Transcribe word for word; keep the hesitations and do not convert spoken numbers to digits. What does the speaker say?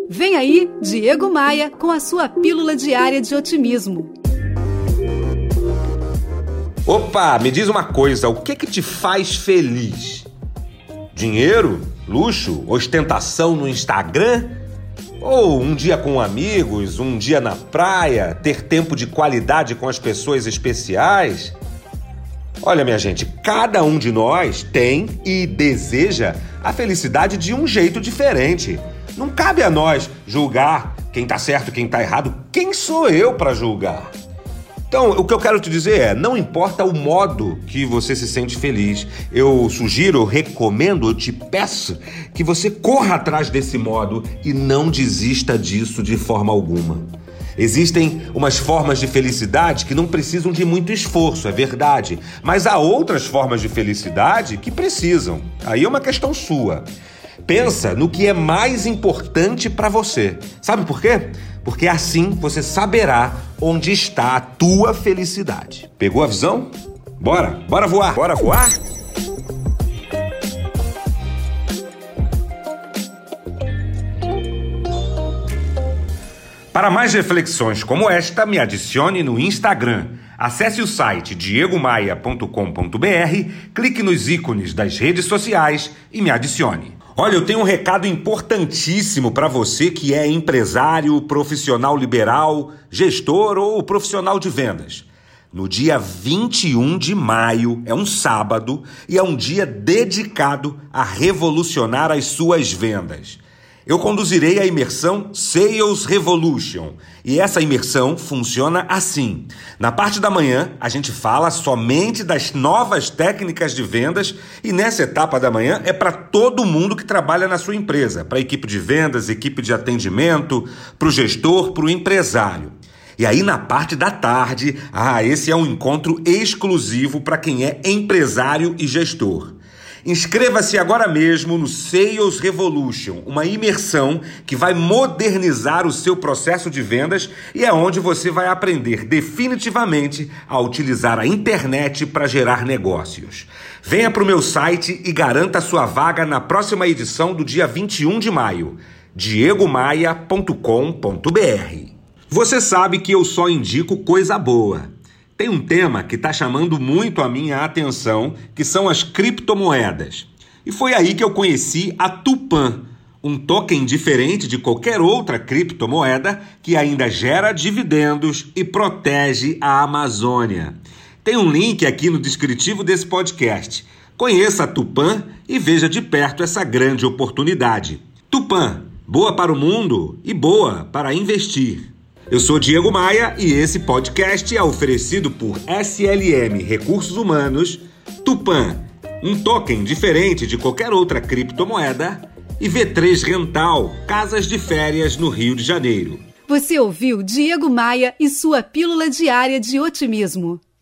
Vem aí, Diego Maia, com a sua pílula diária de otimismo. Opa, me diz uma coisa, o que que te faz feliz? Dinheiro? Luxo? Ostentação no Instagram? Ou um dia com amigos, um dia na praia, ter tempo de qualidade com as pessoas especiais? Olha, minha gente, cada um de nós tem e deseja a felicidade de um jeito diferente. Não cabe a nós julgar quem tá certo, quem tá errado. Quem sou eu para julgar? Então, o que eu quero te dizer é, não importa o modo que você se sente feliz, eu sugiro, eu recomendo, eu te peço que você corra atrás desse modo e não desista disso de forma alguma. Existem umas formas de felicidade que não precisam de muito esforço, é verdade, mas há outras formas de felicidade que precisam. Aí é uma questão sua. Pensa no que é mais importante para você. Sabe por quê? Porque assim você saberá onde está a tua felicidade. Pegou a visão? Bora, bora voar, bora voar? Para mais reflexões como esta, me adicione no Instagram. Acesse o site diego maia ponto com ponto b r, clique nos ícones das redes sociais e me adicione. Olha, eu tenho um recado importantíssimo para você que é empresário, profissional liberal, gestor ou profissional de vendas. No dia vinte e um de maio, é um sábado, e é um dia dedicado a revolucionar as suas vendas. Eu conduzirei a imersão Sales Revolution e essa imersão funciona assim. Na parte da manhã, a gente fala somente das novas técnicas de vendas e nessa etapa da manhã é para todo mundo que trabalha na sua empresa, para a equipe de vendas, equipe de atendimento, para o gestor, para o empresário. E aí na parte da tarde, ah, esse é um encontro exclusivo para quem é empresário e gestor. Inscreva-se agora mesmo no Sales Revolution, uma imersão que vai modernizar o seu processo de vendas e é onde você vai aprender definitivamente a utilizar a internet para gerar negócios. Venha para o meu site e garanta sua vaga na próxima edição do dia vinte e um de maio, diego maia ponto com ponto b r. Você sabe que eu só indico coisa boa. Tem um tema que está chamando muito a minha atenção, que são as criptomoedas. E foi aí que eu conheci a Tupã, um token diferente de qualquer outra criptomoeda que ainda gera dividendos e protege a Amazônia. Tem um link aqui no descritivo desse podcast. Conheça a Tupã e veja de perto essa grande oportunidade. Tupã, boa para o mundo e boa para investir. Eu sou Diego Maia e esse podcast é oferecido por S L M Recursos Humanos, Tupã, um token diferente de qualquer outra criptomoeda, e V três Rental, casas de férias no Rio de Janeiro. Você ouviu Diego Maia e sua pílula diária de otimismo.